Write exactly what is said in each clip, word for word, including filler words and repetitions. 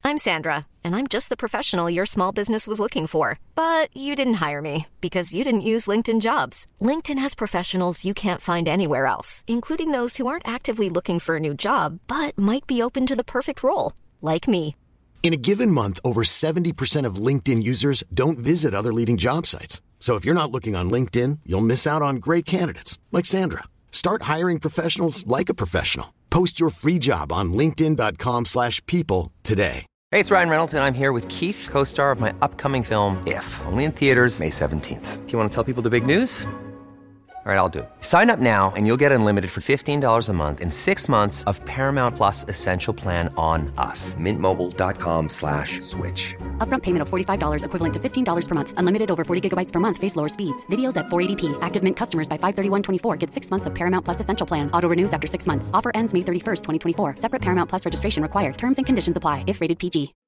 I'm Sandra, and I'm just the professional your small business was looking for. But you didn't hire me because you didn't use LinkedIn Jobs. LinkedIn has professionals you can't find anywhere else, including those who aren't actively looking for a new job, but might be open to the perfect role, like me. In a given month, over seventy percent of LinkedIn users don't visit other leading job sites. So if you're not looking on LinkedIn, you'll miss out on great candidates like Sandra. Start hiring professionals like a professional. Post your free job on linkedin dot com slash people today. Hey, it's Ryan Reynolds, and I'm here with Keith, co-star of my upcoming film, If, only in theaters May seventeenth. Do you want to tell people the big news? All right, I'll do it. Sign up now and you'll get unlimited for fifteen dollars a month and six months of Paramount Plus Essential Plan on us. Mint Mobile dot com slash switch. Upfront payment of forty-five dollars equivalent to fifteen dollars per month. Unlimited over forty gigabytes per month. Face lower speeds. Videos at four eighty p. Active Mint customers by five thirty-one twenty-four get six months of Paramount Plus Essential Plan. Auto renews after six months. Offer ends May thirty-first, twenty twenty-four. Separate Paramount Plus registration required. Terms and conditions apply if rated P G.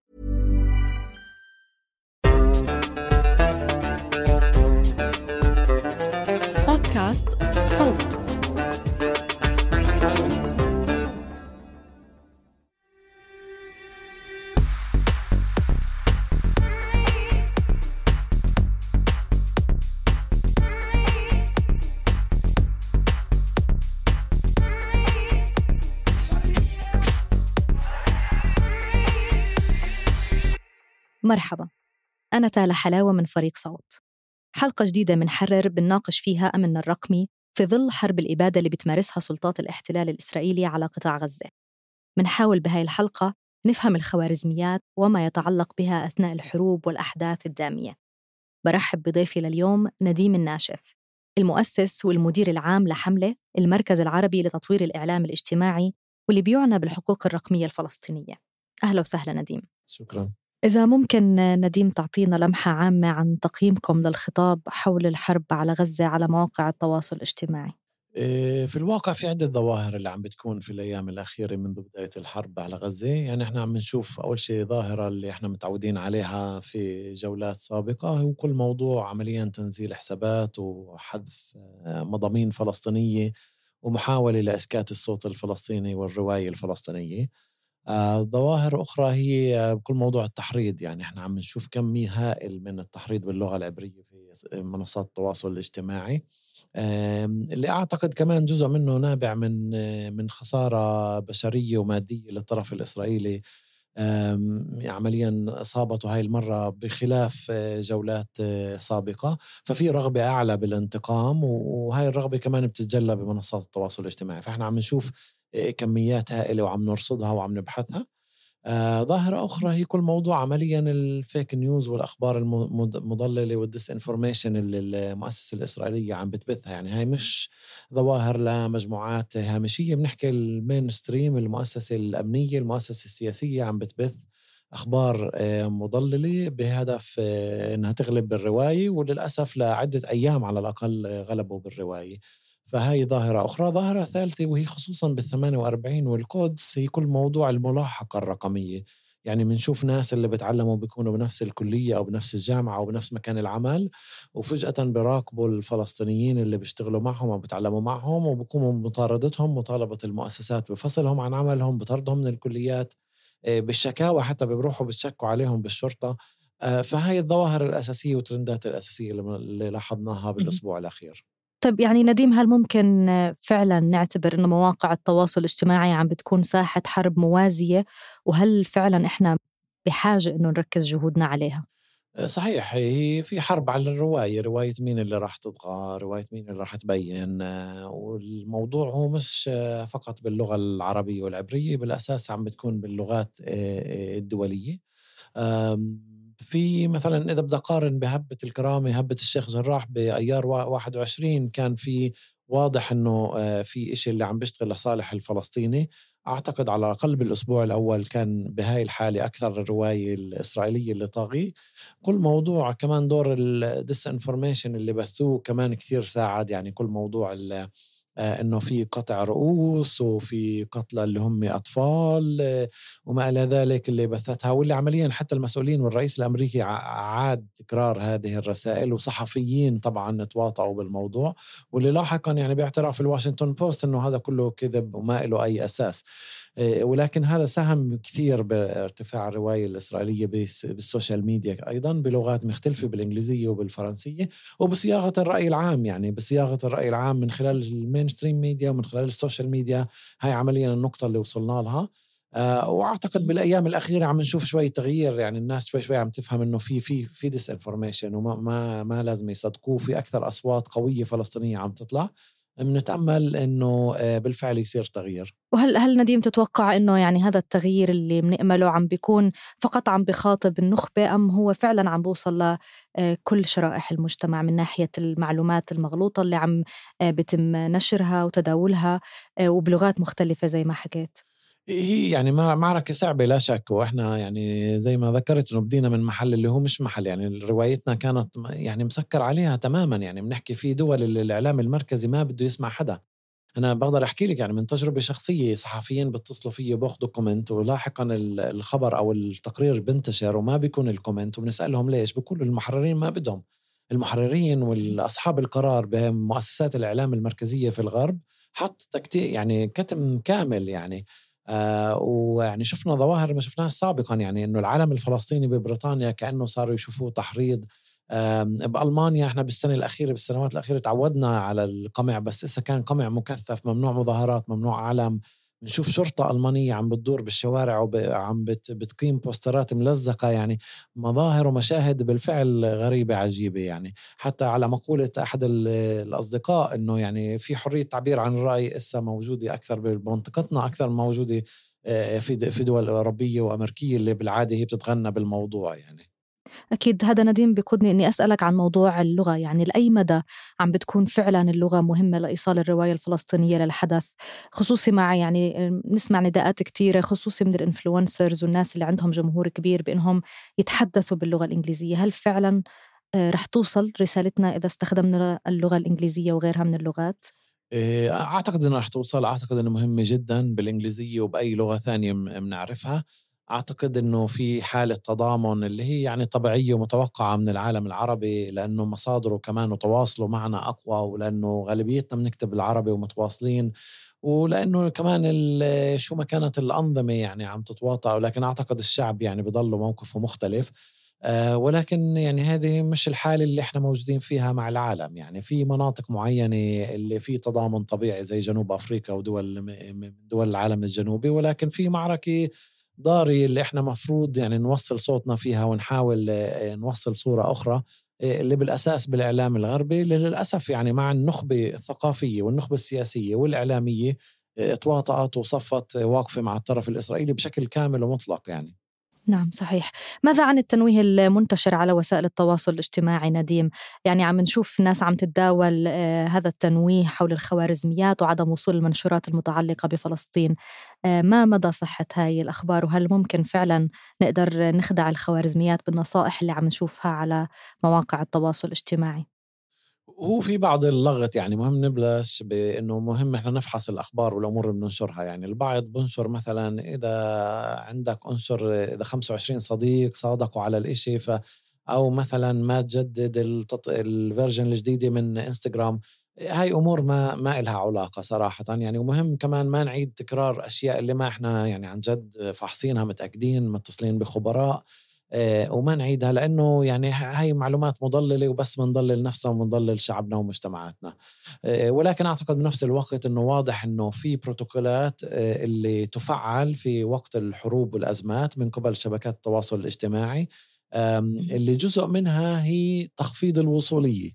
بودكاست صوت. مرحبا، أنا تالا حلاوة من فريق صوت. حلقة جديدة منحرر بنناقش فيها أمننا الرقمي في ظل حرب الإبادة اللي بتمارسها سلطات الاحتلال الإسرائيلي على قطاع غزة. منحاول بهاي الحلقة نفهم الخوارزميات وما يتعلق بها أثناء الحروب والأحداث الدامية. برحب بضيفي لليوم نديم الناشف، المؤسس والمدير العام لحملة المركز العربي لتطوير الإعلام الاجتماعي واللي بيعنى بالحقوق الرقمية الفلسطينية. أهلا وسهلا نديم. شكرا. إذا ممكن نديم تعطينا لمحة عامة عن تقييمكم للخطاب حول الحرب على غزة على مواقع التواصل الاجتماعي. في الواقع في عدة ظواهر اللي عم بتكون في الأيام الأخيرة منذ بداية الحرب على غزة. يعني احنا عم نشوف أول شيء ظاهرة اللي احنا متعودين عليها في جولات سابقة، هو كل موضوع عمليا تنزيل حسابات وحذف مضامين فلسطينية ومحاولة لإسكات الصوت الفلسطيني والرواية الفلسطينية. آه، ظواهر أخرى هي كل موضوع التحريض. يعني إحنا عم نشوف كمية هائل من التحريض باللغة العبرية في منصات التواصل الاجتماعي، آه، اللي أعتقد كمان جزء منه نابع من آه، من خسارة بشرية ومادية للطرف الإسرائيلي، عمليا أصابته هاي المرة بخلاف آه، جولات آه، سابقة. ففي رغبة أعلى بالانتقام، وهاي الرغبة كمان بتتجلى بمنصات التواصل الاجتماعي. فإحنا عم نشوف كميات هائلة وعم نرصدها وعم نبحثها. آه ظاهرة أخرى هي كل موضوع عمليا الفيك نيوز والأخبار المضللة والديس انفورميشن اللي المؤسسة الإسرائيلية عم بتبثها. يعني هاي مش ظواهر لمجموعات هامشية، بنحكي المين ستريم، المؤسسة الأمنية، المؤسسة السياسية عم بتبث أخبار آه مضللة بهدف آه أنها تغلب بالرواية، وللأسف لعدة أيام على الأقل آه غلبوا بالرواية. فهي ظاهرة أخرى. ظاهرة ثالثة وهي خصوصا بالثمانية وأربعين والقدس، هي كل موضوع الملاحقة الرقمية. يعني منشوف ناس اللي بتعلموا بيكونوا بنفس الكلية أو بنفس الجامعة أو بنفس مكان العمل، وفجأة براقبوا الفلسطينيين اللي بيشتغلوا معهم أو بتعلموا معهم، وبقوموا بمطاردتهم، مطالبة المؤسسات بفصلهم عن عملهم، بطردهم من الكليات، بالشكاوى حتى بيروحوا بيشكوا عليهم بالشرطة. فهي الظواهر الأساسية والترندات الأساسية اللي لاحظناها بالأسبوع الأخير. طيب يعني نديم، هل ممكن فعلا نعتبر أن مواقع التواصل الاجتماعي عم بتكون ساحة حرب موازية، وهل فعلا إحنا بحاجة أنه نركز جهودنا عليها؟ صحيح، هي في حرب على الرواية، رواية مين اللي راح تطغى، رواية مين اللي راح تبين. والموضوع هو مش فقط باللغة العربية والعبرية، بالأساس عم بتكون باللغات الدولية. في مثلا إذا بدي أقارن بهبة الكرامة، هبة الشيخ جراح بأيار واحد وعشرين، كان في واضح أنه في إشي اللي عم بيشتغل لصالح الفلسطيني. أعتقد على الأقل بالأسبوع الأول كان بهاي الحالة أكثر الرواية الإسرائيلية اللي طاغي. كل موضوع كمان دور الديس انفورميشن اللي بثوه كمان كثير ساعد. يعني كل موضوع انه في قطع رؤوس وفي قتلى اللي هم اطفال وما الى ذلك اللي بثتها، واللي عمليا حتى المسؤولين والرئيس الامريكي عاد تكرار هذه الرسائل، وصحفيين طبعا تواطؤوا بالموضوع، واللي لاحقا يعني باعتراف الواشنطن بوست انه هذا كله كذب وما له اي اساس. ولكن هذا ساهم كثير بارتفاع الرواية الإسرائيلية بالسوشيال ميديا، أيضا بلغات مختلفة بالإنجليزية وبالفرنسية، وبصياغة الرأي العام، يعني بصياغة الرأي العام من خلال المينستريم ميديا ومن خلال السوشيال ميديا. هاي عمليا النقطة اللي وصلنا لها. أه وأعتقد بالأيام الأخيرة عم نشوف شوي تغيير، يعني الناس شوي شوي عم تفهم إنه في في في ديس انفورميشن وما ما ما لازم يصدقوه، في أكثر أصوات قوية فلسطينية عم تطلع. بنتأمل إنه بالفعل يصير تغيير. وهل هل نديم تتوقع إنه يعني هذا التغيير اللي بنأمله عم بيكون فقط عم بخاطب النخبة، أم هو فعلا عم بوصل لكل شرائح المجتمع من ناحية المعلومات المغلوطة اللي عم بتم نشرها وتداولها وبلغات مختلفة زي ما حكيت؟ هي يعني معركة صعبة لا شك، وإحنا يعني زي ما ذكرت إنه بدينا من محل اللي هو مش محل، يعني روايتنا كانت يعني مسكر عليها تماما. يعني بنحكي في دول اللي الإعلام المركزي ما بده يسمع حدا. أنا بقدر أحكي لك يعني من تجربة شخصية، صحفيين بتصلوا فيه باخدوا كومنت ولاحقا الخبر أو التقرير بنتشر وما بيكون الكومنت، وبنسألهم ليش، بيقولوا المحررين ما بدهم. المحررين والأصحاب القرار بمؤسسات الإعلام المركزية في الغرب حط تكتيك يعني كتم كامل يعني. آه ويعني شفنا ظواهر ما شفناها سابقا، يعني إنه العالم الفلسطيني ببريطانيا كأنه صاروا يشوفوه تحريض. بألمانيا احنا بالسنة الأخيرة بالسنوات الأخيرة تعودنا على القمع، بس إذا كان قمع مكثف ممنوع مظاهرات ممنوع علم. نشوف شرطة ألمانية عم بتدور بالشوارع وعم بت بتقيم بوسترات ملزقة، يعني مظاهر ومشاهد بالفعل غريبة عجيبة. يعني حتى على مقولة أحد الأصدقاء إنه يعني في حرية تعبير عن الرأي إسا موجودة أكثر بمنطقتنا أكثر موجودة في في دول أوروبية وأمريكية اللي بالعادة هي بتتغنى بالموضوع. يعني أكيد هذا نديم بيقودني إني أسألك عن موضوع اللغة، يعني لأي مدى عم بتكون فعلا اللغة مهمة لإيصال الرواية الفلسطينية للحدث، خصوصي مع يعني نسمع نداءات كتيرة خصوصي من الإنفلونسرز والناس اللي عندهم جمهور كبير بأنهم يتحدثوا باللغة الإنجليزية. هل فعلا رح توصل رسالتنا إذا استخدمنا اللغة الإنجليزية وغيرها من اللغات؟ أعتقد أنه رح توصل. أعتقد أنه مهمة جدا بالإنجليزية وبأي لغة ثانية بنعرفها. أعتقد أنه في حالة تضامن اللي هي يعني طبيعية ومتوقعة من العالم العربي، لأنه مصادره كمان وتواصله معنا أقوى، ولأنه غالبيتنا بنكتب بالعربي ومتواصلين، ولأنه كمان شو ما كانت الأنظمة يعني عم تتواطأ. ولكن أعتقد الشعب يعني بضل موقفه مختلف. أه ولكن يعني هذه مش الحالة اللي احنا موجودين فيها مع العالم. يعني في مناطق معينة اللي في تضامن طبيعي زي جنوب أفريقيا ودول من دول العالم الجنوبي، ولكن في معركة ضاري اللي احنا مفروض يعني نوصل صوتنا فيها ونحاول نوصل صورة أخرى اللي بالأساس بالإعلام الغربي للأسف يعني مع النخبة الثقافية والنخبة السياسية والإعلامية تواطأت وصفت واقفة مع الطرف الإسرائيلي بشكل كامل ومطلق. يعني نعم صحيح. ماذا عن التنويه المنتشر على وسائل التواصل الاجتماعي نديم؟ يعني عم نشوف ناس عم تتداول آه هذا التنويه حول الخوارزميات وعدم وصول المنشورات المتعلقة بفلسطين. آه ما مدى صحة هاي الأخبار، وهل ممكن فعلا نقدر نخدع الخوارزميات بالنصائح اللي عم نشوفها على مواقع التواصل الاجتماعي؟ هو في بعض اللغط. يعني مهم نبلش بأنه مهم إحنا نفحص الأخبار والأمور اللي بننشرها. يعني البعض بنشر مثلا إذا عندك أنشر إذا خمسة وعشرين صديق صادقوا على الإشي ف أو مثلا ما تجدد التط... الفيرجن الجديدة من إنستغرام. هاي أمور ما ما إلها علاقة صراحة. يعني ومهم كمان ما نعيد تكرار أشياء اللي ما إحنا يعني عن جد فحصينها متأكدين متصلين بخبراء، وما نعيدها، لأنه يعني هاي معلومات مضللة وبس منضلل نفسنا ومنضلل شعبنا ومجتمعاتنا. ولكن أعتقد بنفس الوقت أنه واضح أنه في بروتوكولات اللي تفعل في وقت الحروب والأزمات من قبل شبكات التواصل الاجتماعي، اللي جزء منها هي تخفيض الوصولية.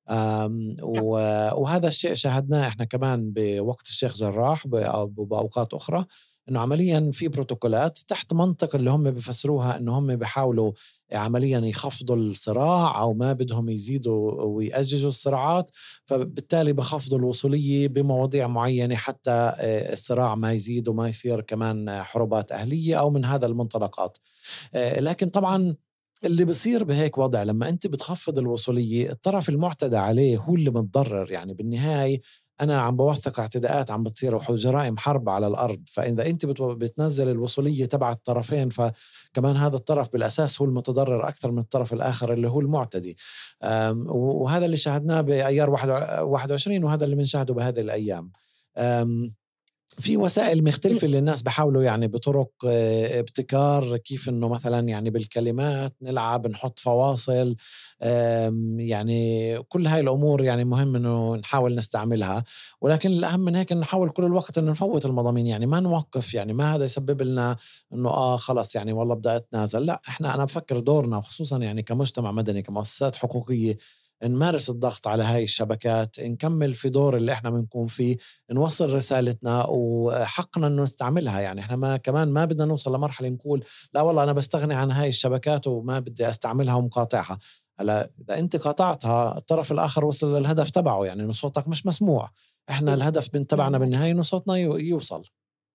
وهذا الشيء شاهدناه إحنا كمان بوقت الشيخ جراح وبأوقات أخرى، إنه عملياً في بروتوكولات تحت منطق اللي هم بيفسروها إنه هم بيحاولوا عملياً يخفضوا الصراع أو ما بدهم يزيدوا ويأججوا الصراعات، فبالتالي بخفضوا الوصولية بمواضيع معينة حتى الصراع ما يزيد وما يصير كمان حروبات أهلية أو من هذا المنطلقات. لكن طبعاً اللي بصير بهيك وضع لما أنت بتخفض الوصولية الطرف المعتدى عليه هو اللي متضرر. يعني بالنهاية أنا عم بوثق اعتداءات عم بتصير وجرائم حرب على الأرض، فإذا أنت بتنزل الوصولية تبع الطرفين فكمان هذا الطرف بالأساس هو المتضرر أكثر من الطرف الآخر اللي هو المعتدي. وهذا اللي شاهدناه بأيار واحد وعشرين وهذا اللي بنشاهده بهذه الأيام. في وسائل مختلفة اللي الناس بحاولوا يعني بطرق ابتكار كيف إنه مثلا يعني بالكلمات نلعب نحط فواصل، يعني كل هاي الأمور يعني مهم إنه نحاول نستعملها. ولكن الأهم من هيك إنه نحاول كل الوقت إنه نفوت المضامين، يعني ما نوقف، يعني ما هذا يسبب لنا إنه آه خلاص يعني والله بدأ أتنازل. لا، إحنا أنا بفكر دورنا وخصوصا يعني كمجتمع مدني كمؤسسات حقوقية نمارس الضغط على هاي الشبكات، نكمل في دور اللي احنا بنكون فيه، نوصل رسالتنا وحقنا انه نستعملها. يعني احنا ما كمان ما بدنا نوصل لمرحلة نقول لا والله انا بستغني عن هاي الشبكات وما بدي استعملها ومقاطعها. هلا اذا انت قاطعتها الطرف الاخر وصل للهدف تبعه، يعني انه صوتك مش مسموع. احنا الهدف من تبعنا بالنهاية انه صوتنا يوصل.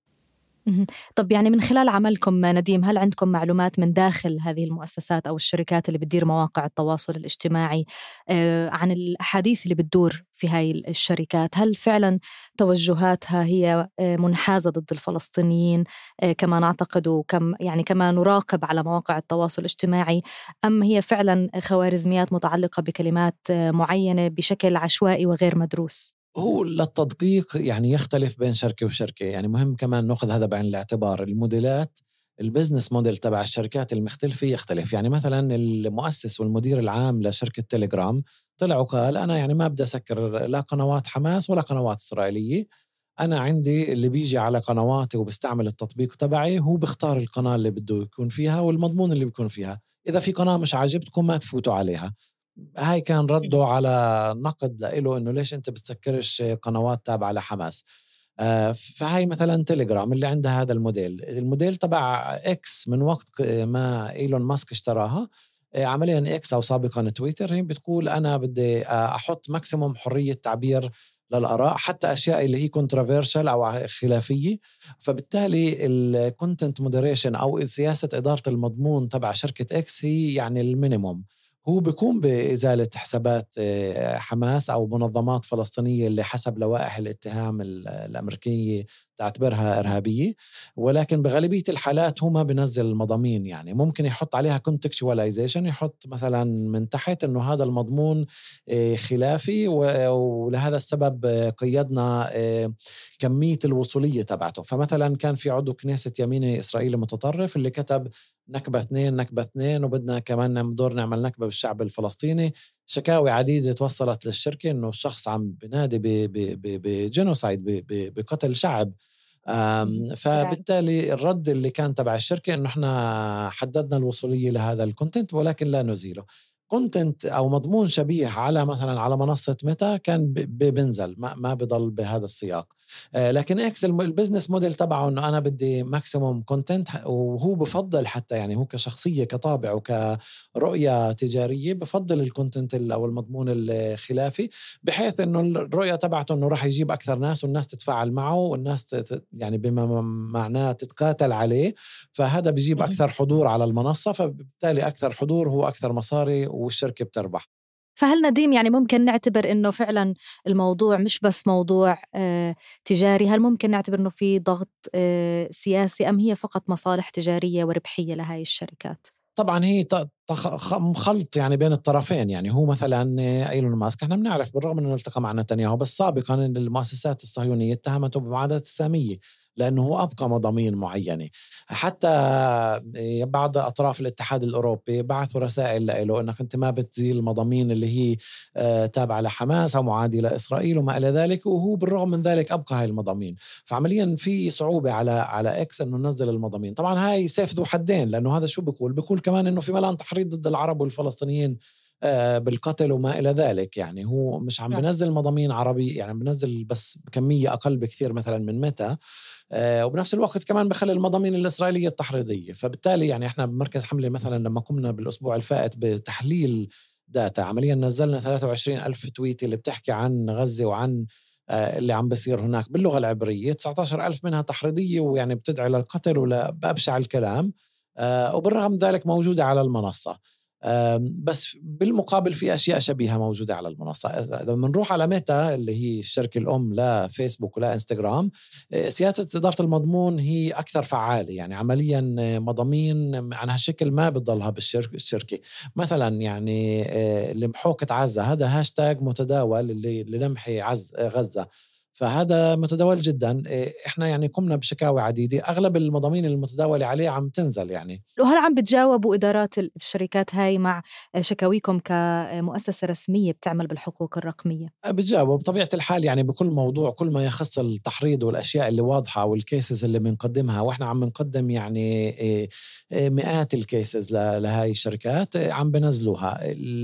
طب يعني من خلال عملكم نديم، هل عندكم معلومات من داخل هذه المؤسسات أو الشركات اللي بتدير مواقع التواصل الاجتماعي آه عن الأحاديث اللي بتدور في هاي الشركات؟ هل فعلا توجهاتها هي آه منحازة ضد الفلسطينيين آه كما نعتقد وكم يعني كما نراقب على مواقع التواصل الاجتماعي، أم هي فعلا خوارزميات متعلقة بكلمات آه معينة بشكل عشوائي وغير مدروس؟ هو للتدقيق يعني يختلف بين شركة وشركة، يعني مهم كمان نأخذ هذا بعين الاعتبار. الموديلات البزنس موديل تبع الشركات المختلفة يختلف. يعني مثلا المؤسس والمدير العام لشركة تيليجرام طلع وقال أنا يعني ما بدي أسكر لا قنوات حماس ولا قنوات إسرائيلية، أنا عندي اللي بيجي على قنواتي وبستعمل التطبيق تبعي هو بيختار القناة اللي بده يكون فيها والمضمون اللي بيكون فيها، إذا في قناة مش عاجبتكم ما تفوتوا عليها. هاي كان رده على نقد له إنه ليش أنت بتسكرش قنوات تابعة لحماس. آه فهاي مثلا تيليجرام اللي عندها هذا الموديل. الموديل تبع إكس من وقت ما إيلون ماسك اشتراها، آه عمليا إكس أو سابقا تويتر، هي بتقول أنا بدي أحط ماكسيموم حرية تعبير للآراء، حتى أشياء اللي هي كونترافيرشل أو خلافية. فبالتالي الكونتنت مودريشن أو سياسة إدارة المضمون تبع شركة إكس هي يعني المينيموم. هو بيقوم بإزالة حسابات حماس أو منظمات فلسطينية اللي حسب لوائح الاتهام الأمريكية تعتبرها إرهابية، ولكن بغالبية الحالات هو ما بنزل المضامين. يعني ممكن يحط عليها contextualization، يحط مثلا من تحت إنه هذا المضمون خلافي ولهذا السبب قيدنا كمية الوصولية تبعته. فمثلا كان في عضو كنيسة يميني إسرائيلي متطرف اللي كتب نكبة اثنين نكبة اثنين وبدنا كمان ندور نعمل نكبة بالشعب الفلسطيني. شكاوي عديدة توصلت للشركة إنه الشخص عم بنادي بجينوسايد بقتل شعب. فبالتالي الرد اللي كان تبع الشركة إنه إحنا حددنا الوصولية لهذا الكونتنت ولكن لا نزيله. كونتنت أو مضمون شبيه على مثلا على منصة ميتا كان بنزل ما ما بضل بهذا السياق. لكن إكس البزنس موديل تبعه إنه أنا بدي ماكسيموم كونتنت، وهو بفضل حتى يعني هو كشخصية كطابع وكرؤية تجارية بفضل الكونتنت أو المضمون الخلافي، بحيث إنه الرؤية تبعته إنه راح يجيب أكثر ناس والناس تتفاعل معه والناس يعني بما معناه تتقاتل عليه، فهذا بيجيب أكثر حضور على المنصة، فبالتالي أكثر حضور هو أكثر مصاري والشركة بتربح. فهل نديم يعني ممكن نعتبر إنه فعلا الموضوع مش بس موضوع آه تجاري، هل ممكن نعتبر إنه في ضغط آه سياسي أم هي فقط مصالح تجارية وربحية لهاي الشركات؟ طبعا هي خلط يعني بين الطرفين. يعني هو مثلا ايلون ماسك احنا بنعرف بالرغم انه التقى مع نتنياهو بس سابقا المؤسسات الصهيونية اتهمته بمعاداة السامية لأنه هو أبقى مضامين معينة. حتى بعض أطراف الاتحاد الأوروبي بعثوا رسائل له أنك أنت ما بتزيل المضامين اللي هي تابعة لحماس أو معادية لإسرائيل وما إلى ذلك، وهو بالرغم من ذلك أبقى هاي المضامين. فعمليا في صعوبة على على إكس أنه ننزل المضامين. طبعا هاي سيف ذو حدين، لأنه هذا شو بيقول بيقول كمان أنه في ملان تحريض ضد العرب والفلسطينيين بالقتل وما إلى ذلك. يعني هو مش عم بنزل مضامين عربي، يعني بنزل بس بكمية أقل بكثير مثلا من متى، آه وبنفس الوقت كمان بخلي المضامين الإسرائيلية التحريضية. فبالتالي يعني إحنا بمركز حملة مثلا لما قمنا بالأسبوع الفائت بتحليل داتا، عمليا نزلنا ثلاثة وعشرين ألف تويت اللي بتحكي عن غزة وعن آه اللي عم بيصير هناك باللغة العبرية، تسعة عشر ألف منها تحريضية ويعني بتدعي للقتل ولا بأبشع الكلام، آه وبالرغم ذلك موجودة على المنصة. بس بالمقابل في أشياء شبيهة موجودة على المنصة. إذا بنروح على ميتا اللي هي الشركة الأم لا فيسبوك ولا إنستغرام، سياسة إدارة المضمون هي أكثر فعالة. يعني عمليا مضامين عن هالشكل ما بتضلها بالشركة. مثلا يعني لمحوكة عزة هذا هاشتاج متداول اللي لنمحي عز غزة، فهذا متداول جدا. إحنا يعني قمنا بشكاوى عديدة، أغلب المضامين المتداولة عليه عم تنزل يعني. وهل عم بتجاوبوا إدارات الشركات هاي مع شكاويكم كمؤسسة رسمية بتعمل بالحقوق الرقمية؟ بتجاوب بطبيعة الحال يعني بكل موضوع، كل ما يخص التحريض والأشياء اللي واضحة والكيسز اللي بنقدمها، وإحنا عم بنقدم يعني مئات الكيسز لهاي الشركات عم بنزلوها.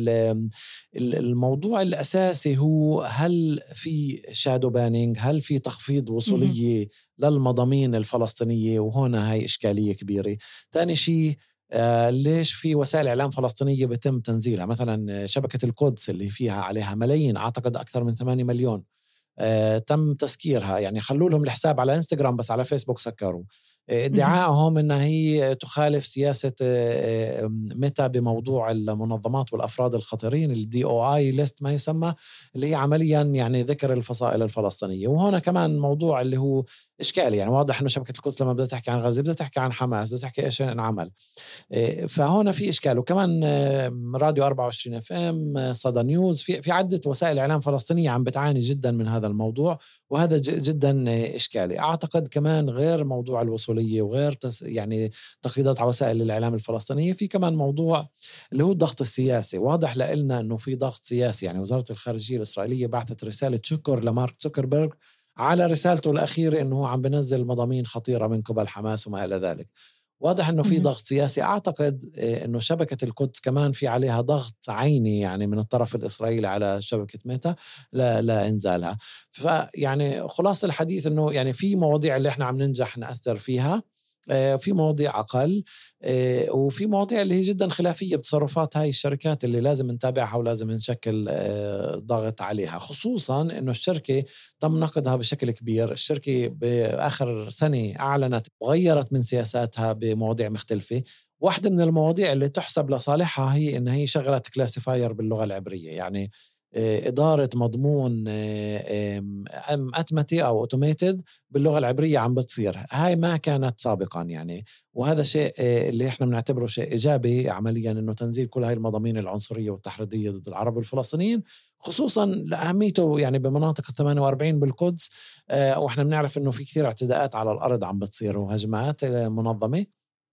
الموضوع الأساسي هو هل في شادو بانينج، هل في تخفيض وصولية للمضامين الفلسطينية، وهنا هاي إشكالية كبيرة. تاني شيء آه ليش في وسائل إعلام فلسطينية بيتم تنزيلها؟ مثلا شبكة القدس اللي فيها عليها ملايين، أعتقد أكثر من ثمانية مليون، آه تم تسكيرها. يعني خلوا لهم الحساب على إنستغرام بس على فيسبوك سكروا. ادعائهم أنها هي تخالف سياسة ميتا بموضوع المنظمات والأفراد الخطرين، الدي او اي ليست ما يسمى، اللي هي عمليا يعني ذكر الفصائل الفلسطينية. وهنا كمان موضوع اللي هو إشكالي، يعني واضح أنه شبكة القدس لما بدها تحكي عن غزة بدها تحكي عن حماس، بدها تحكي إيش نعمل. فهنا في إشكال. وكمان راديو أربعة وعشرين اف ام، صدى نيوز، في في عدة وسائل إعلام فلسطينية عم بتعاني جدا من هذا الموضوع، وهذا جدا إشكالي. أعتقد كمان غير موضوع الوصولية وغير تس يعني تقييدات على وسائل الإعلام الفلسطينية، في كمان موضوع اللي هو الضغط السياسي. واضح لنا أنه في ضغط سياسي. يعني وزارة الخارجية الإسرائيلية بعثت رسالة شكر لمارك زوكربيرغ على رسالته الأخيرة أنه عم بنزل مضامين خطيرة من قبل حماس وما إلى ذلك. واضح أنه في ضغط سياسي. أعتقد أنه شبكة القدس كمان في عليها ضغط عيني يعني من الطرف الإسرائيلي على شبكة ميتا لا, لا إنزالها. فيعني خلاص الحديث أنه يعني في مواضيع اللي إحنا عم ننجح نأثر فيها، في مواضيع أقل، وفي مواضيع اللي هي جدا خلافية بتصرفات هاي الشركات اللي لازم نتابعها ولازم نشكل ضغط عليها. خصوصا أنه الشركة تم نقدها بشكل كبير. الشركة بآخر سنة أعلنت وغيرت من سياساتها بمواضيع مختلفة. واحدة من المواضيع اللي تحسب لصالحها هي أنها هي شغلت كلاسيفاير باللغة العبرية، يعني إدارة مضمون أتمتي أو أوتوميتد باللغة العبرية عم بتصير. هاي ما كانت سابقا يعني، وهذا شيء اللي إحنا بنعتبره شيء إيجابي عمليا، إنه تنزيل كل هاي المضامين العنصرية والتحريضية ضد العرب والفلسطينيين، خصوصا لأهميته يعني بمناطق الثمانية وأربعين بالقدس. وإحنا بنعرف إنه في كثير اعتداءات على الأرض عم بتصير وهجمات منظمة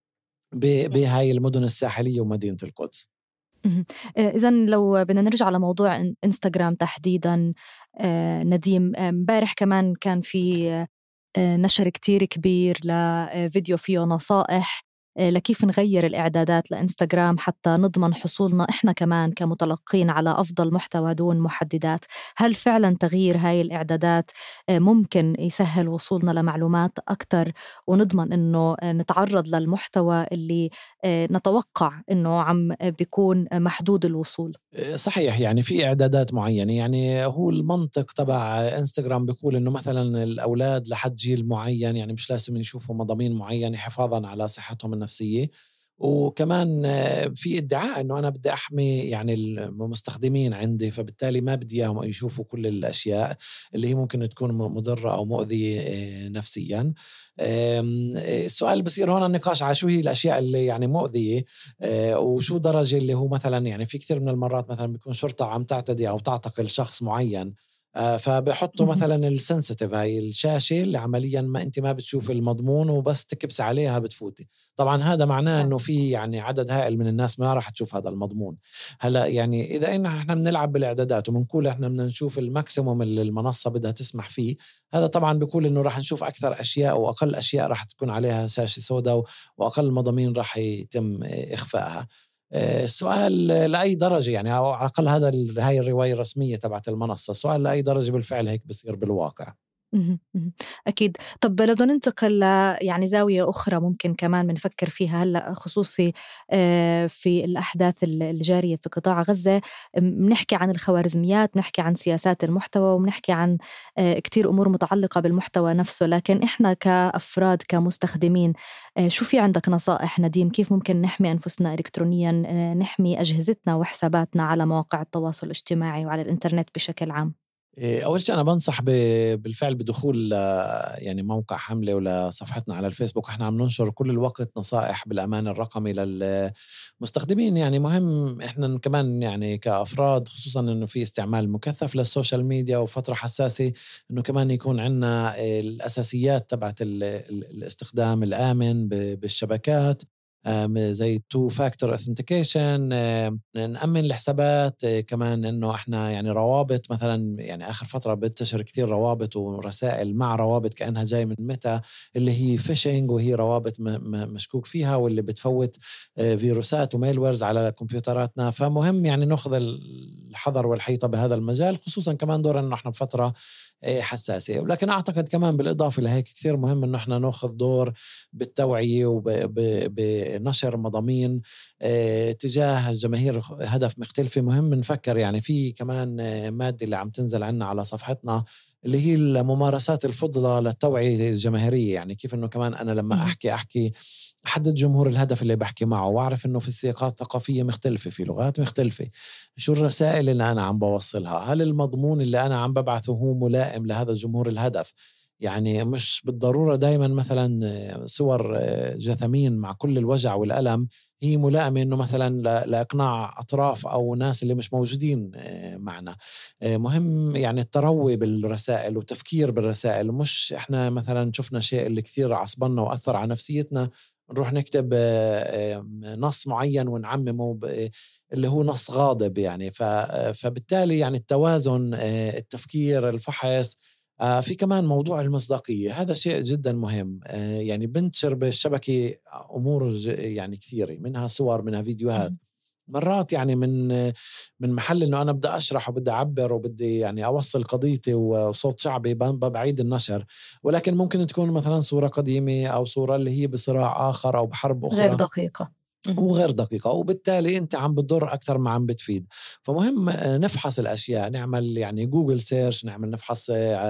بهاي المدن الساحلية ومدينة القدس. إذن لو بدنا نرجع لموضوع إنستغرام تحديداً، نديم، امبارح كمان كان في نشر كتير كبير لفيديو فيه نصائح لكيف نغير الإعدادات لإنستغرام حتى نضمن حصولنا إحنا كمان كمتلقين على أفضل محتوى دون محددات. هل فعلا تغيير هاي الإعدادات ممكن يسهل وصولنا لمعلومات أكتر ونضمن إنه نتعرض للمحتوى اللي نتوقع إنه عم بيكون محدود الوصول؟ صحيح، يعني في إعدادات معينة. يعني هو المنطق تبع إنستغرام بيقول إنه مثلا الأولاد لحد جيل معين يعني مش لازم يشوفوا مضامين معينة حفاظا على صحتهم النفسية. وكمان في ادعاء انه انا بدي احمي يعني المستخدمين عندي، فبالتالي ما بدي اياهم يشوفوا كل الاشياء اللي هي ممكن تكون مضرة او مؤذية نفسيا. السؤال بصير هون النقاش على شو هي الاشياء اللي يعني مؤذية، وشو درجة اللي هو مثلا يعني في كثير من المرات مثلا بيكون شرطة عم تعتدي او تعتقل شخص معين، فبحطوا مثلا السنسيتيف، هاي الشاشة اللي عمليا ما انت ما بتشوف المضمون وبس تكبس عليها بتفوتي. طبعا هذا معناه انه في يعني عدد هائل من الناس ما راح تشوف هذا المضمون. هلا يعني اذا إن احنا بنلعب بالاعدادات وبنقول احنا بدنا نشوف الماكسيموم اللي المنصة بدها تسمح فيه، هذا طبعا بيقول انه راح نشوف اكثر اشياء واقل اشياء راح تكون عليها شاشة سوداء، واقل مضامين راح يتم اخفائها. السؤال لأي درجة يعني، أو على الأقل هذا هاي الرواية الرسمية تبعت المنصة، السؤال لأي درجة بالفعل هيك بصير بالواقع؟ أكيد. طب لو ننتقل ل يعني زاوية أخرى ممكن كمان بنفكر فيها هلأ، خصوصي في الأحداث الجارية في قطاع غزة، بنحكي عن الخوارزميات، نحكي عن سياسات المحتوى، وبنحكي عن كتير أمور متعلقة بالمحتوى نفسه. لكن إحنا كأفراد كمستخدمين، شو في عندك نصائح نديم كيف ممكن نحمي أنفسنا إلكترونيا، نحمي أجهزتنا وحساباتنا على مواقع التواصل الاجتماعي وعلى الإنترنت بشكل عام؟ أول شيء أنا بنصح بالفعل بدخول يعني موقع حملة ولا صفحتنا على الفيسبوك. إحنا عم ننشر كل الوقت نصائح بالأمان الرقمي للمستخدمين. يعني مهم إحنا كمان يعني كأفراد، خصوصا إنه في استعمال مكثف للسوشيال ميديا وفترة حساسة، إنه كمان يكون عندنا الأساسيات تبعت الاستخدام الآمن بالشبكات، زي تو فاكتور authentication، نأمن الحسابات. كمان إنه إحنا يعني روابط، مثلا يعني آخر فترة بتنتشر كثير روابط ورسائل مع روابط كأنها جاي من ميتا، اللي هي فيشينج، وهي روابط مشكوك فيها واللي بتفوت فيروسات وميلويرز على كمبيوتراتنا. فمهم يعني نأخذ الحذر والحيطة بهذا المجال، خصوصا كمان دور إنه إحنا بفترة حساسة. ولكن أعتقد كمان بالإضافة لهيك كثير مهم إنه إحنا نأخذ دور بالتوعية وبنشر مضامين اه تجاه جماهير هدف مختلفة. مهم نفكر يعني في كمان اه مادة اللي عم تنزل عنا على صفحتنا، اللي هي الممارسات الفضلة للتوعية الجماهيرية. يعني كيف إنه كمان أنا لما أحكي أحكي أحدد جمهور الهدف اللي بحكي معه، وأعرف إنه في سياقات ثقافية مختلفة، في لغات مختلفة، شو الرسائل اللي أنا عم بوصلها، هل المضمون اللي أنا عم ببعثه هو ملائم لهذا الجمهور الهدف. يعني مش بالضرورة دايما مثلا صور جثمين مع كل الوجع والألم هي ملائمة إنه مثلا لإقناع أطراف أو ناس اللي مش موجودين معنا. مهم يعني التروي بالرسائل وتفكير بالرسائل، مش إحنا مثلا شفنا شيء اللي كثير عصبنا وأثر على نفسيتنا نروح نكتب نص معين ونعممه اللي هو نص غاضب. يعني فبالتالي يعني التوازن، التفكير، الفحص. في كمان موضوع المصداقية، هذا شيء جدا مهم. يعني بنتشر بالشبكة أمور يعني كثيرة، منها صور، منها فيديوهات، مرات يعني من من محل إنه أنا بدي أشرح وبدي أعبر وبدي يعني أوصل قضيتي وصوت شعبي بعيد النشر، ولكن ممكن تكون مثلا صورة قديمة أو صورة اللي هي بصراع آخر أو بحرب أخرى غير دقيقة وغير دقيقة، وبالتالي أنت عم بتضر أكثر ما عم بتفيد. فمهم نفحص الأشياء، نعمل يعني جوجل سيرش، نعمل نفحص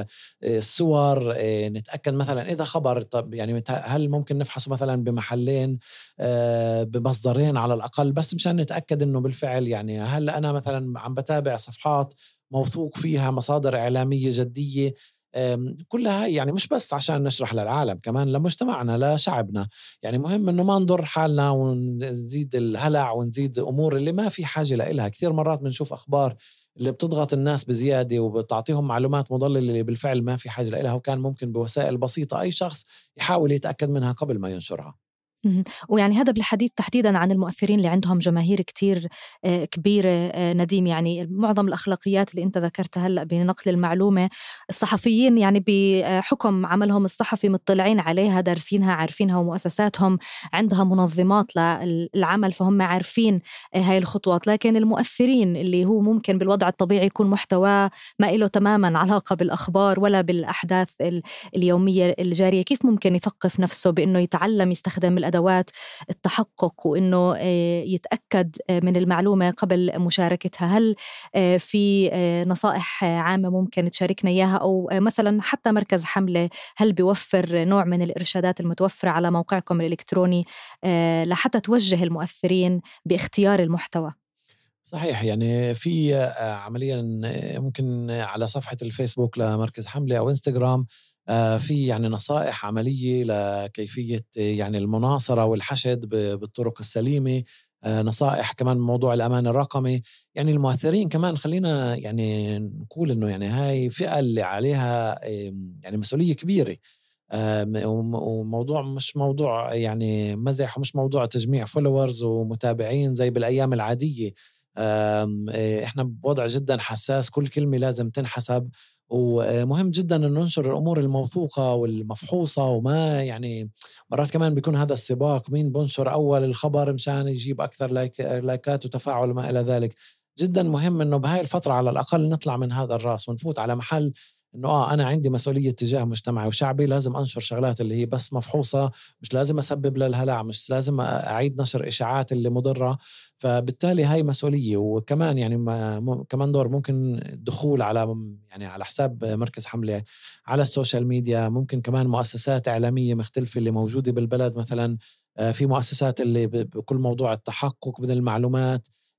الصور، نتأكد مثلا إذا خبر، طب يعني هل ممكن نفحصه مثلا بمحلين بمصدرين على الأقل، بس مشان نتأكد إنه بالفعل يعني هل أنا مثلا عم بتابع صفحات موثوق فيها، مصادر إعلامية جدية. كلها يعني مش بس عشان نشرح للعالم، كمان لمجتمعنا لشعبنا. يعني مهم إنه ما نضر حالنا ونزيد الهلع ونزيد أمور اللي ما في حاجة لإلها. كثير مرات بنشوف أخبار اللي بتضغط الناس بزيادة وبتعطيهم معلومات مضللة اللي بالفعل ما في حاجة لإلها، وكان ممكن بوسائل بسيطة أي شخص يحاول يتأكد منها قبل ما ينشرها. ويعني هذا بالحديث تحديداً عن المؤثرين اللي عندهم جماهير كتير كبيرة. نديم، يعني معظم الأخلاقيات اللي أنت ذكرتها هلأ بنقل المعلومة، الصحفيين يعني بحكم عملهم الصحفي مطلعين عليها، دارسينها، عارفينها، ومؤسساتهم عندها منظمات للعمل، فهم عارفين هاي الخطوات. لكن المؤثرين اللي هو ممكن بالوضع الطبيعي يكون محتوى ما إله تماماً علاقة بالأخبار ولا بالأحداث اليومية الجارية، كيف ممكن يثقف نفسه بأنه يتعلم يستخدم أدوات التحقق وإنه يتأكد من المعلومة قبل مشاركتها؟ هل في نصائح عامة ممكن تشاركنا إياها؟ أو مثلا حتى مركز حملة هل بيوفر نوع من الإرشادات المتوفرة على موقعكم الإلكتروني لحتى توجه المؤثرين باختيار المحتوى؟ صحيح، يعني في عمليا ممكن على صفحة الفيسبوك لمركز حملة أو إنستغرام في يعني نصائح عملية لكيفية يعني المناصرة والحشد بالطرق السليمة، نصائح كمان موضوع الأمان الرقمي. يعني المؤثرين كمان خلينا يعني نقول إنه يعني هاي فئة اللي عليها يعني مسؤولية كبيرة، وموضوع مش موضوع يعني مزح، ومش موضوع تجميع فولورز ومتابعين زي بالأيام العادية. إحنا بوضع جدا حساس، كل كلمة لازم تنحسب، ومهم جدا أن ننشر الأمور الموثوقة والمفحوصة، وما يعني مرات كمان بيكون هذا السباق مين بنشر أول الخبر مشان يجيب أكثر لايك لايكات وتفاعل وما إلى ذلك. جدا مهم أنه بهاي الفترة على الأقل نطلع من هذا الراس ونفوت على محل إنه آه أنا عندي مسؤولية تجاه مجتمعي وشعبي، لازم أنشر شغلات اللي هي بس مفحوصة، مش لازم أسبب للهلع، مش لازم أعيد نشر إشاعات اللي مضرة. فبالتالي هاي مسؤولية. وكمان يعني ما كمان دور ممكن الدخول على يعني على حساب مركز حملة على السوشيال ميديا، ممكن كمان مؤسسات إعلامية مختلفة اللي موجودة بالبلد، مثلا في مؤسسات اللي بكل موضوع التحقق من المعلومات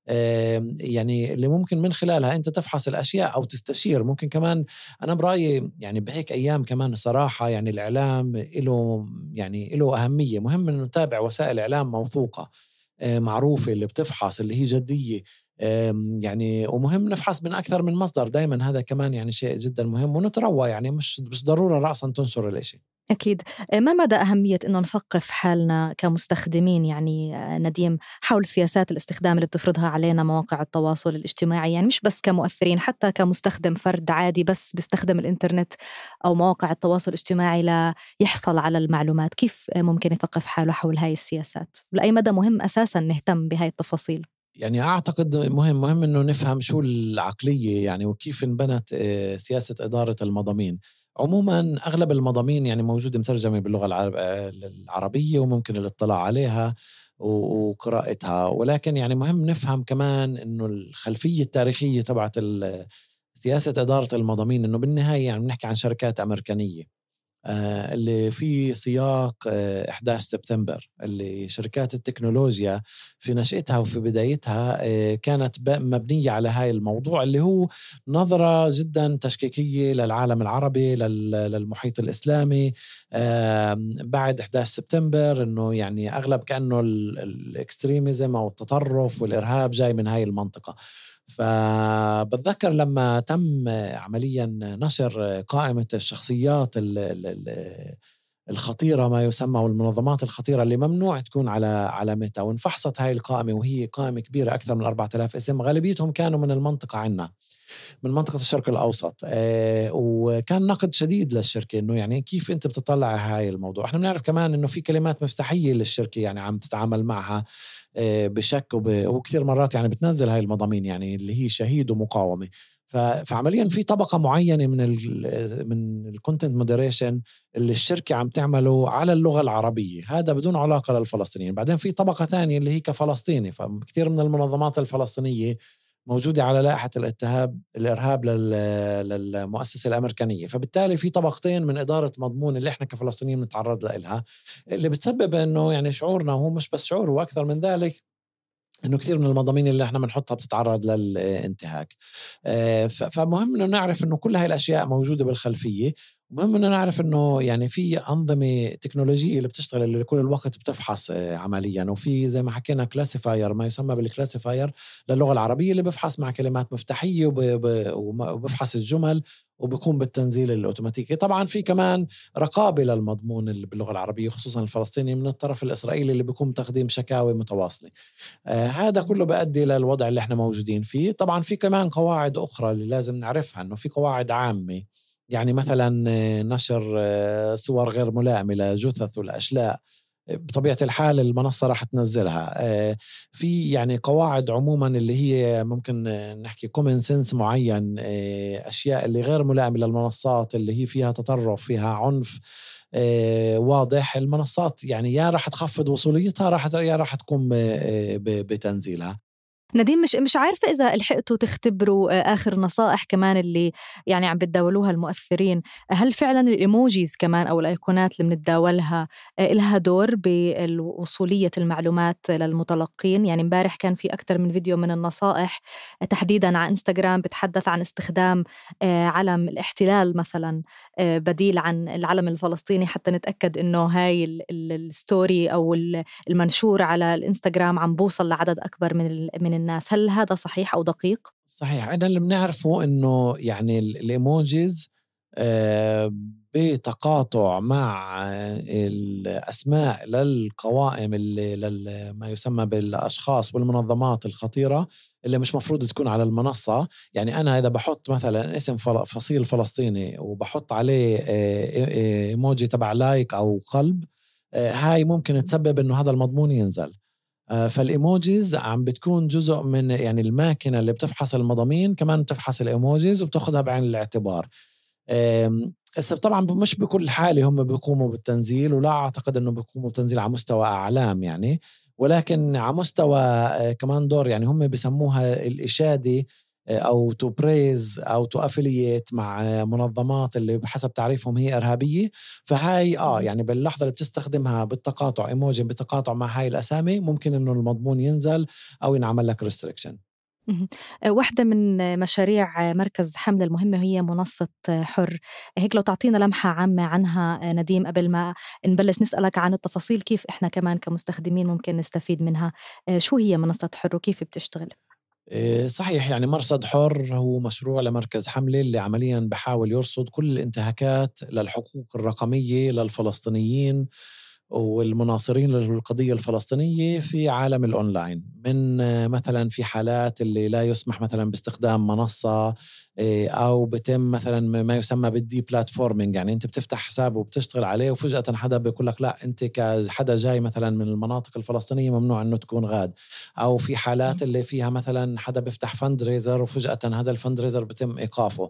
يعني اللي ممكن من خلالها أنت تفحص الأشياء أو تستشير. ممكن كمان أنا برأيي يعني بهيك أيام كمان صراحة يعني الإعلام له يعني له أهمية، مهم إنه نتابع وسائل إعلام موثوقة معروفة اللي بتفحص اللي هي جدية يعني، ومهم نفحص من أكثر من مصدر دايما، هذا كمان يعني شيء جدا مهم، ونتروى يعني مش مش ضرورة رأسا تنشر الاشي. أكيد. ما مدى أهمية أنه نثقف حالنا كمستخدمين يعني نديم حول سياسات الاستخدام اللي بتفرضها علينا مواقع التواصل الاجتماعي، يعني مش بس كمؤثرين، حتى كمستخدم فرد عادي بس بيستخدم الإنترنت أو مواقع التواصل الاجتماعي ليحصل على المعلومات؟ كيف ممكن يثقف حاله حول هاي السياسات؟ لأي مدى مهم أساساً نهتم بهاي التفاصيل؟ يعني أعتقد مهم مهم إنه نفهم شو العقلية يعني وكيف انبنت سياسة إدارة المضامين. عموما أغلب المضامين يعني موجودة مترجمة باللغة العربية وممكن الاطلاع عليها وقراءتها، ولكن يعني مهم نفهم كمان إنه الخلفية التاريخية تبعت سياسة إدارة المضامين، إنه بالنهاية يعني بنحكي عن شركات أمريكانية آه اللي في سياق آه أحد عشر سبتمبر، اللي شركات التكنولوجيا في نشأتها وفي بدايتها آه كانت مبنية على هاي الموضوع اللي هو نظرة جدا تشكيكية للعالم العربي للمحيط الإسلامي آه بعد أحد عشر سبتمبر، إنه يعني أغلب كأنه الإكستريميزم أو التطرف والإرهاب جاي من هاي المنطقة. فبتذكر لما تم عمليا نشر قائمة الشخصيات الخطيرة ما يسمى والمنظمات الخطيرة اللي ممنوع تكون على علامتها، وانفحصت هاي القائمة وهي قائمة كبيرة أكثر من أربعة آلاف اسم، غالبيتهم كانوا من المنطقة عنا من منطقة الشرق الأوسط آه وكان نقد شديد للشركة إنه يعني كيف أنت بتطلع على هاي الموضوع. احنا بنعرف كمان إنه في كلمات مفتاحية للشركة يعني عم تتعامل معها آه بشك وب... وكثير مرات يعني بتنزل هاي المضامين يعني اللي هي شهيد ومقاومة. ف... فعمليا في طبقة معينة من ال من الكونتنت مودريشن اللي الشركة عم تعمله على اللغة العربية، هذا بدون علاقة للفلسطينيين. بعدين في طبقة ثانية اللي هي كفلسطيني، فكثير من المنظمات الفلسطينية موجودة على لائحة الاتهاب الإرهاب للمؤسسة الأمريكانية، فبالتالي في طبقتين من إدارة مضمون اللي إحنا كفلسطينيين نتعرض لها، اللي بتسبب إنه يعني شعورنا، وهو مش بس شعور وأكثر من ذلك، إنه كثير من المضامين اللي إحنا بنحطها بتتعرض للانتهاك. فمهم إنه نعرف إنه كل هاي الأشياء موجودة بالخلفية، مهم إنه نعرف إنه يعني في أنظمة تكنولوجية اللي بتشتغل اللي كل الوقت بتفحص عمليا، وفي زي ما حكينا كلاسيفاير ما يسمى بالكلاسيفاير للغة العربية اللي بفحص مع كلمات مفتاحية وبفحص الجمل وبيقوم بالتنزيل الأوتوماتيكي. طبعا في كمان رقابة للمضمون اللي باللغة العربية خصوصا الفلسطيني من الطرف الإسرائيلي اللي بيقوم تقديم شكاوي متواصلة. آه هذا كله بيؤدي للوضع اللي احنا موجودين فيه. طبعا في كمان قواعد أخرى اللي لازم نعرفها، إنه في قواعد عامة، يعني مثلا نشر صور غير ملائمة لجثث والأشلاء بطبيعة الحال المنصة راح تنزلها. في يعني قواعد عموما اللي هي ممكن نحكي common sense معين، أشياء اللي غير ملائمة للمنصات اللي هي فيها تطرف فيها عنف واضح، المنصات يعني يا راح تخفض وصوليتها راح يا راح تقوم بتنزيلها. نديم مش مش عارفة إذا لحقتوا تختبروا آخر نصائح كمان اللي يعني عم بتداولوها المؤثرين، هل فعلا الإيموجيز كمان أو الأيقونات اللي بنتداولها لها دور بوصولية المعلومات للمتلقين؟ يعني امبارح كان في أكتر من فيديو من النصائح تحديدا على إنستغرام بتحدث عن استخدام علم الاحتلال مثلا بديل عن العلم الفلسطيني حتى نتأكد إنه هاي الستوري أو المنشور على الإنستغرام عم بوصل لعدد أكبر من من الناس. هل هذا صحيح أو دقيق؟ صحيح. أنا اللي بنعرفه إنه يعني الإيموجيز بتقاطع مع الأسماء للقوائم اللي ما يسمى بالأشخاص والمنظمات الخطيرة اللي مش مفروض تكون على المنصة. يعني أنا إذا بحط مثلا اسم فصيل فلسطيني وبحط عليه إيموجي تبع لايك أو قلب، هاي ممكن تسبب إنه هذا المضمون ينزل. فالإيموجيز عم بتكون جزء من يعني الماكينة اللي بتفحص المضامين كمان بتفحص الإيموجيز وبتاخدها بعين الاعتبار. بس طبعا مش بكل حالة هم بيقوموا بالتنزيل، ولا أعتقد أنه بيقوموا بالتنزيل على مستوى أعلام يعني، ولكن على مستوى كمان دور يعني هم بيسموها الإشادة أو تو بريز أو تو أفيلييت مع منظمات اللي بحسب تعريفهم هي إرهابية. فهاي آه يعني باللحظة اللي بتستخدمها بالتقاطع إيموجي بالتقاطع مع هاي الأسامي ممكن إنه المضمون ينزل أو ينعمل لك ريستريكشن. واحدة من مشاريع مركز حملة المهمة هي منصة حر. هيك لو تعطينا لمحة عامة عنها نديم قبل ما نبلش نسألك عن التفاصيل كيف إحنا كمان كمستخدمين ممكن نستفيد منها. شو هي منصة حر وكيف بتشتغل؟ صحيح، يعني مرصد حر هو مشروع لمركز حملة اللي عملياً بحاول يرصد كل الانتهاكات للحقوق الرقمية للفلسطينيين والمناصرين للقضية الفلسطينية في عالم الأونلاين، من مثلا في حالات اللي لا يسمح مثلا باستخدام منصة أو بتم مثلا ما يسمى بالدي بلاتفورمينج، يعني أنت بتفتح حساب وبتشتغل عليه وفجأة حدا بيقول لك لا أنت كحدا جاي مثلا من المناطق الفلسطينية ممنوع أنه تكون غاد. أو في حالات اللي فيها مثلا حدا بيفتح فندريزر وفجأة هذا الفندريزر بتم إيقافه.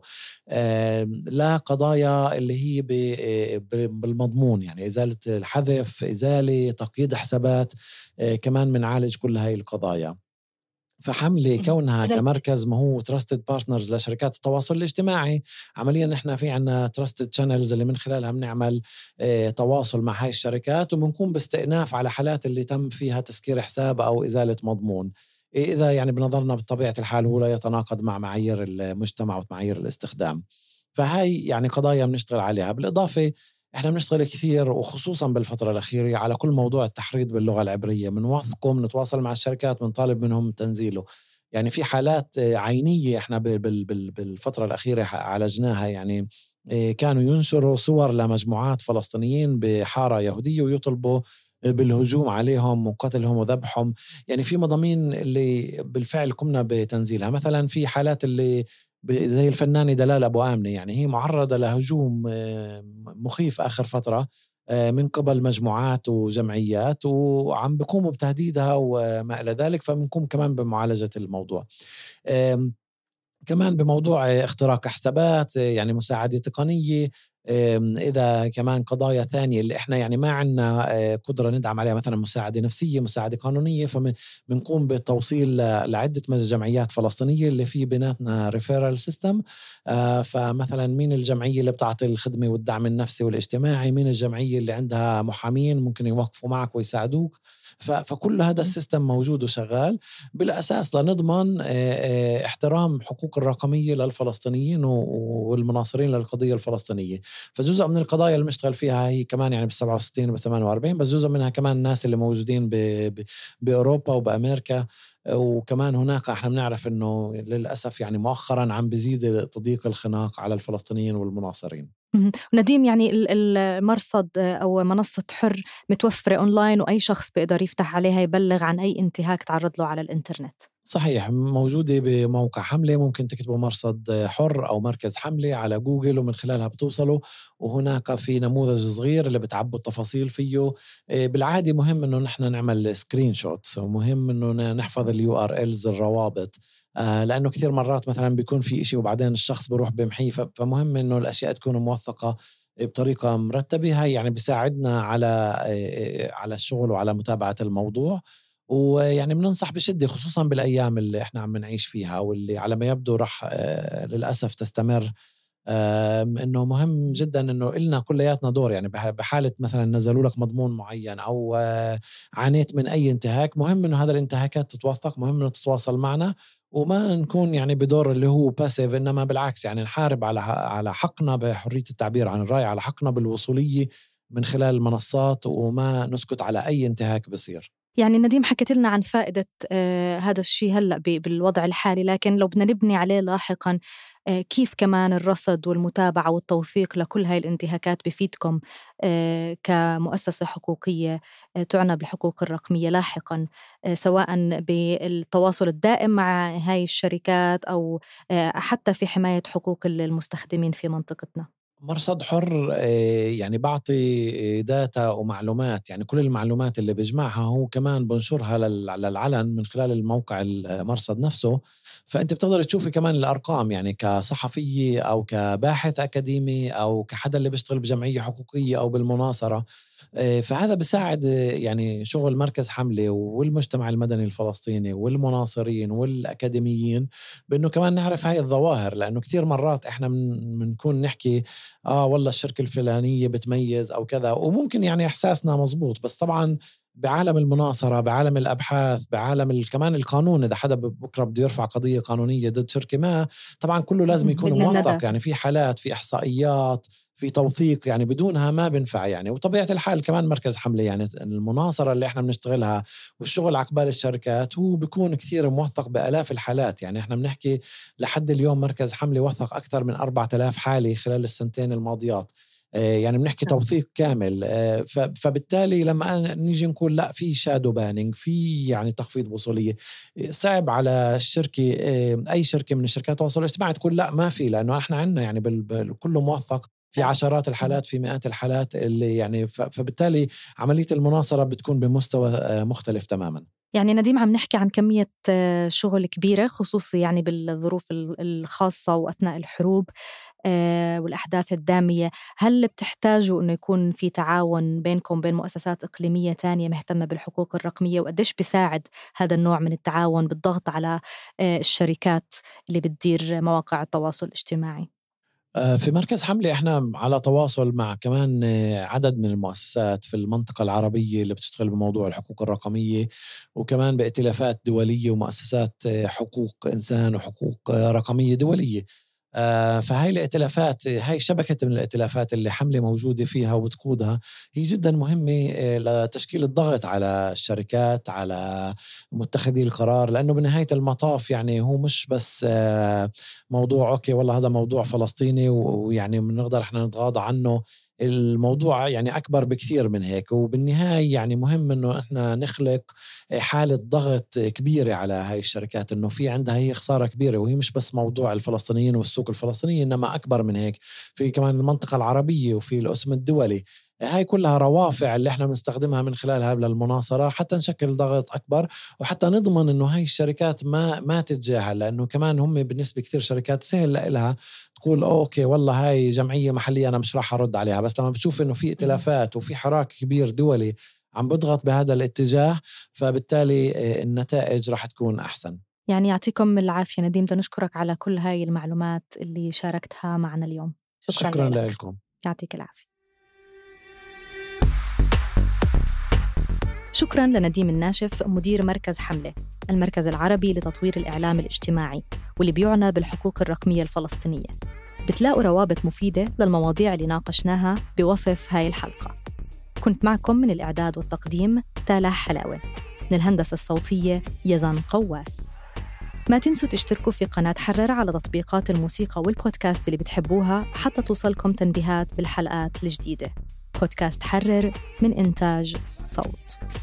لا قضايا اللي هي بالمضمون، يعني إزالة الحذف، إزالة، تقييد حسابات، كمان منعالج كل هاي القضايا. فحملة كونها كمركز ما هو Trusted Partners لشركات التواصل الاجتماعي، عمليا نحن في عنا Trusted Channels اللي من خلالها بنعمل اه تواصل مع هاي الشركات وبنكون باستئناف على حالات اللي تم فيها تسكير حساب أو إزالة مضمون، إذا يعني بنظرنا بطبيعة الحال هو لا يتناقض مع معايير المجتمع ومعايير الاستخدام. فهاي يعني قضايا بنشتغل عليها. بالإضافة احنا بنشتغل كثير وخصوصا بالفترة الأخيرة على كل موضوع التحريض باللغة العبرية، بنوثقه، بنتواصل مع الشركات، بنطالب منهم تنزيله. يعني في حالات عينية احنا بالفترة الأخيرة عالجناها، يعني كانوا ينشروا صور لمجموعات فلسطينيين بحارة يهودية ويطلبوا بالهجوم عليهم وقتلهم وذبحهم. يعني في مضامين اللي بالفعل قمنا بتنزيلها. مثلا في حالات اللي زي الفنانة دلال أبو آمنة، يعني هي معرضة لهجوم مخيف آخر فترة من قبل مجموعات وجمعيات وعم بيقوموا بتهديدها وما إلى ذلك، فبنقوم كمان بمعالجة الموضوع. كمان بموضوع اختراق حسابات، يعني مساعدة تقنية، إذا كمان قضايا ثانية اللي إحنا يعني ما عنا قدرة ندعم عليها، مثلا مساعدة نفسية، مساعدة قانونية، فبنقوم بالتوصيل لعدة جمعيات فلسطينية اللي في بيناتنا ريفيرال سيستم. فمثلا مين الجمعية اللي بتعطي الخدمة والدعم النفسي والاجتماعي، مين الجمعية اللي عندها محامين ممكن يوقفوا معك ويساعدوك. فكل هذا السيستم موجود وشغال بالأساس لنضمن احترام حقوق الرقمية للفلسطينيين والمناصرين للقضية الفلسطينية. فجزء من القضايا اللي مشتغل فيها هي كمان يعني بالسبعة وستين وبالثمانية وأربعين، بس جزء منها كمان الناس اللي موجودين بأوروبا وبأمريكا. وكمان هناك احنا بنعرف انه للأسف يعني مؤخرا عم بيزيد تضييق الخناق على الفلسطينيين والمناصرين. نديم، يعني المرصد أو منصة حر متوفرة أونلاين وأي شخص بيقدر يفتح عليها يبلغ عن أي انتهاك تعرض له على الإنترنت. صحيح، موجودة بموقع حملة، ممكن تكتبوا مرصد حر أو مركز حملة على جوجل ومن خلالها بتوصلوا. وهناك في نموذج صغير اللي بتعبوا التفاصيل فيه. بالعادة مهم إنه نحن نعمل سكرين شوتس، ومهم إنه نحفظ اليو آر إلز الروابط، لأنه كثير مرات مثلا بيكون في إشي وبعدين الشخص بيروح بمحيه، فمهم إنه الأشياء تكون موثقة بطريقة مرتبة. هاي يعني بيساعدنا على على الشغل وعلى متابعة الموضوع. ويعني بننصح بشدة خصوصا بالأيام اللي إحنا عم نعيش فيها واللي على ما يبدو رح للأسف تستمر، إنه مهم جدا إنه إلنا كلياتنا دور. يعني بحالة مثلا نزلوا لك مضمون معين أو عانيت من أي انتهاك، مهم إنه هذا الانتهاكات تتوثق، مهم إنه تتواصل معنا وما نكون يعني بدور اللي هو باسيف، إنما بالعكس يعني نحارب على على حقنا بحرية التعبير عن الرأي، على حقنا بالوصولية من خلال المنصات، وما نسكت على أي انتهاك بصير. يعني نديم حكيت لنا عن فائدة آه هذا الشيء هلأ بالوضع الحالي، لكن لو بدنا نبني عليه لاحقاً، آه كيف كمان الرصد والمتابعة والتوثيق لكل هاي الانتهاكات بفيدكم آه كمؤسسة حقوقية آه تعنى بالحقوق الرقمية لاحقاً، آه سواء بالتواصل الدائم مع هاي الشركات أو آه حتى في حماية حقوق المستخدمين في منطقتنا؟ مرصد حر يعني بعطي داتا ومعلومات، يعني كل المعلومات اللي بيجمعها هو كمان بنشرها للعلن من خلال الموقع المرصد نفسه. فأنت بتقدر تشوفي كمان الأرقام، يعني كصحفية أو كباحث أكاديمي أو كحدا اللي بيشتغل بجمعية حقوقية أو بالمناصرة. فهذا بيساعد يعني شغل مركز حملة والمجتمع المدني الفلسطيني والمناصرين والأكاديميين بأنه كمان نعرف هاي الظواهر، لأنه كتير مرات إحنا بنكون نحكي آه والله الشركة الفلانية بتميز أو كذا، وممكن يعني إحساسنا مزبوط، بس طبعا بعالم المناصرة، بعالم الأبحاث، بعالم كمان القانون، إذا حدا بكرة بده يرفع قضية قانونية ضد شركة ما طبعا كله لازم يكون موثق، يعني في حالات، في إحصائيات، في توثيق، يعني بدونها ما بنفع يعني. وطبيعة الحال كمان مركز حملة يعني المناصرة اللي احنا بنشتغلها والشغل عقبال الشركات هو بيكون كثير موثق بآلاف الحالات. يعني احنا بنحكي لحد اليوم مركز حملة وثق أكثر من أربعة آلاف حالة خلال السنتين الماضيات، يعني بنحكي توثيق كامل. فبالتالي لما نيجي نقول لا في شادو بانينج، في يعني تخفيض وصولية، صعب على الشركة، أي شركة من الشركات التواصل الاجتماعي تقول لا ما في، لأنه احنا عندنا يعني كله موثق في عشرات الحالات، في مئات الحالات اللي يعني فبالتالي عملية المناصرة بتكون بمستوى مختلف تماما. يعني نديم عم نحكي عن كمية شغل كبيرة، خصوصي يعني بالظروف الخاصة وأثناء الحروب والأحداث الدامية. هل بتحتاجوا أنه يكون في تعاون بينكم بين مؤسسات إقليمية تانية مهتمة بالحقوق الرقمية؟ وقديش بيساعد هذا النوع من التعاون بالضغط على الشركات اللي بتدير مواقع التواصل الاجتماعي؟ في مركز حملة احنا على تواصل مع كمان عدد من المؤسسات في المنطقة العربية اللي بتشتغل بموضوع الحقوق الرقمية، وكمان بائتلافات دولية ومؤسسات حقوق إنسان وحقوق رقمية دولية. فهاي الائتلافات، هاي شبكة من الائتلافات اللي حملة موجودة فيها وبتقودها، هي جدا مهمة لتشكيل الضغط على الشركات، على متخذي القرار، لأنه بنهاية المطاف يعني هو مش بس موضوع أوكي والله هذا موضوع فلسطيني ويعني بنقدر احنا نتغاضى عنه. الموضوع يعني أكبر بكثير من هيك، وبالنهاية يعني مهم إنه إحنا نخلق حالة ضغط كبيرة على هاي الشركات، إنه في عندها هي خسارة كبيرة، وهي مش بس موضوع الفلسطينيين والسوق الفلسطيني، إنما أكبر من هيك، في كمان المنطقة العربية وفي الأسم الدولي. هاي كلها روافع اللي احنا بنستخدمها من خلالها للمناصرة حتى نشكل ضغط أكبر، وحتى نضمن إنه هاي الشركات ما ما تتجاهل، لأنه كمان هم بالنسبة كثير شركات سهل لها تقول أوكي والله هاي جمعية محلية أنا مش راح أرد عليها، بس لما بتشوف إنه في ائتلافات وفي حراك كبير دولي عم بضغط بهذا الاتجاه، فبالتالي النتائج راح تكون أحسن. يعني يعطيكم العافية نديم، نشكرك على كل هاي المعلومات اللي شاركتها معنا اليوم. شكرا, شكرا لكم. يعطيك العافية. شكراً لنديم الناشف، مدير مركز حملة، المركز العربي لتطوير الإعلام الاجتماعي واللي بيعنى بالحقوق الرقمية الفلسطينية. بتلاقوا روابط مفيدة للمواضيع اللي ناقشناها بوصف هاي الحلقة. كنت معكم من الإعداد والتقديم تالا حلاوة، من الهندسة الصوتية يزن قواس. ما تنسوا تشتركوا في قناة حرر على تطبيقات الموسيقى والبودكاست اللي بتحبوها حتى توصلكم تنبيهات بالحلقات الجديدة. بودكاست حرر من إنتاج صوت.